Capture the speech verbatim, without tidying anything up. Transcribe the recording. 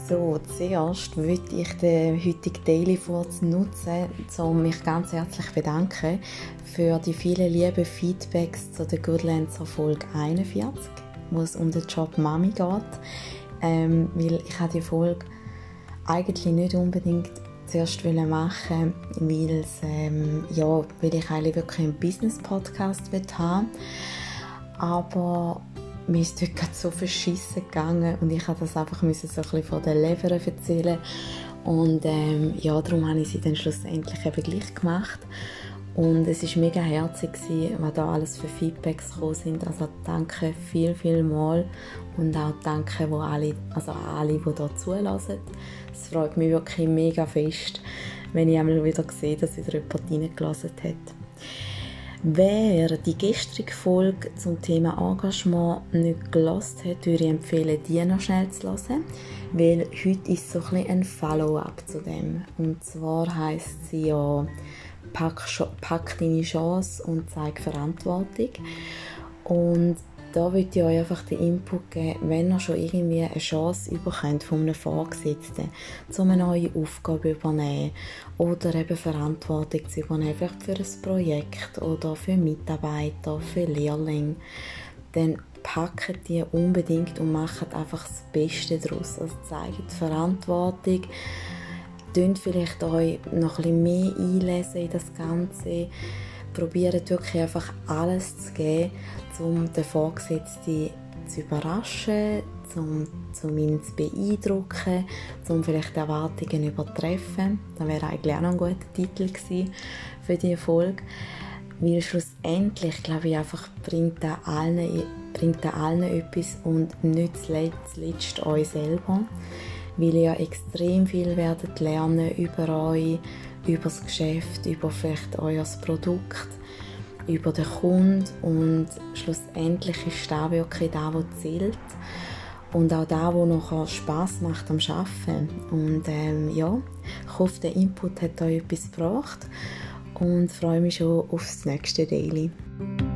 So, zuerst möchte ich den heutigen Daily Furz nutzen, um mich ganz herzlich zu bedanken für die vielen lieben Feedbacks zu der Goodlancer Folge einundvierzig, wo es um den Job Mami geht. Ähm, weil ich habe die Folge eigentlich nicht unbedingt zuerst machen wollte, ähm, ja, weil ich eigentlich wirklich einen Business-Podcast haben wollte. Aber mir ist dort gerade so verschissen gegangen und ich musste das einfach so ein bisschen von der Leber erzählen. Und ähm, ja, darum habe ich sie dann schlussendlich eben gleich gemacht. Und es war mega herzig, was da alles für Feedbacks gekommen sind. Also danke viel, viel mal. Und auch danke wo alle, also an alle, die hier zulassen. Es freut mich wirklich mega fest, wenn ich einmal wieder sehe, dass wieder jemand reingelassen hat. Wer die gestrige Folge zum Thema Engagement nicht gehört hat, würde ich empfehlen, die noch schnell zu hören, weil heute ist so ein bisschen ein Follow-up zu dem. Und zwar heisst sie ja «Pack, pack deine Chance und zeig Verantwortung». Und da würde ich euch einfach den Input geben, wenn ihr schon irgendwie eine Chance bekommt von einem Vorgesetzten, um eine neue Aufgabe zu übernehmen oder eben Verantwortung zu übernehmen, vielleicht für ein Projekt oder für Mitarbeiter, für Lehrlinge, dann packt die unbedingt und macht einfach das Beste daraus. Also zeigt Verantwortung, tönt vielleicht euch noch ein bisschen mehr einlesen in das Ganze, probiert wirklich einfach alles zu geben, um den Vorgesetzten zu überraschen, um, um ihn zu beeindrucken, um vielleicht die Erwartungen zu übertreffen. Das wäre eigentlich auch noch ein guter Titel gewesen für diese Folge. Weil schlussendlich, glaube ich, einfach bringt er allen, bringt er allen etwas und nicht zuletzt euch selber. Weil ihr extrem viel werdet lernen über euch, über das Geschäft, über vielleicht euer Produkt, über den Kunden und schlussendlich ist das wirklich das, was zählt und auch das, was nachher Spass macht am Arbeiten. Und ähm, ja, ich hoffe, der Input hat euch etwas gebracht und freue mich schon aufs nächste Daily.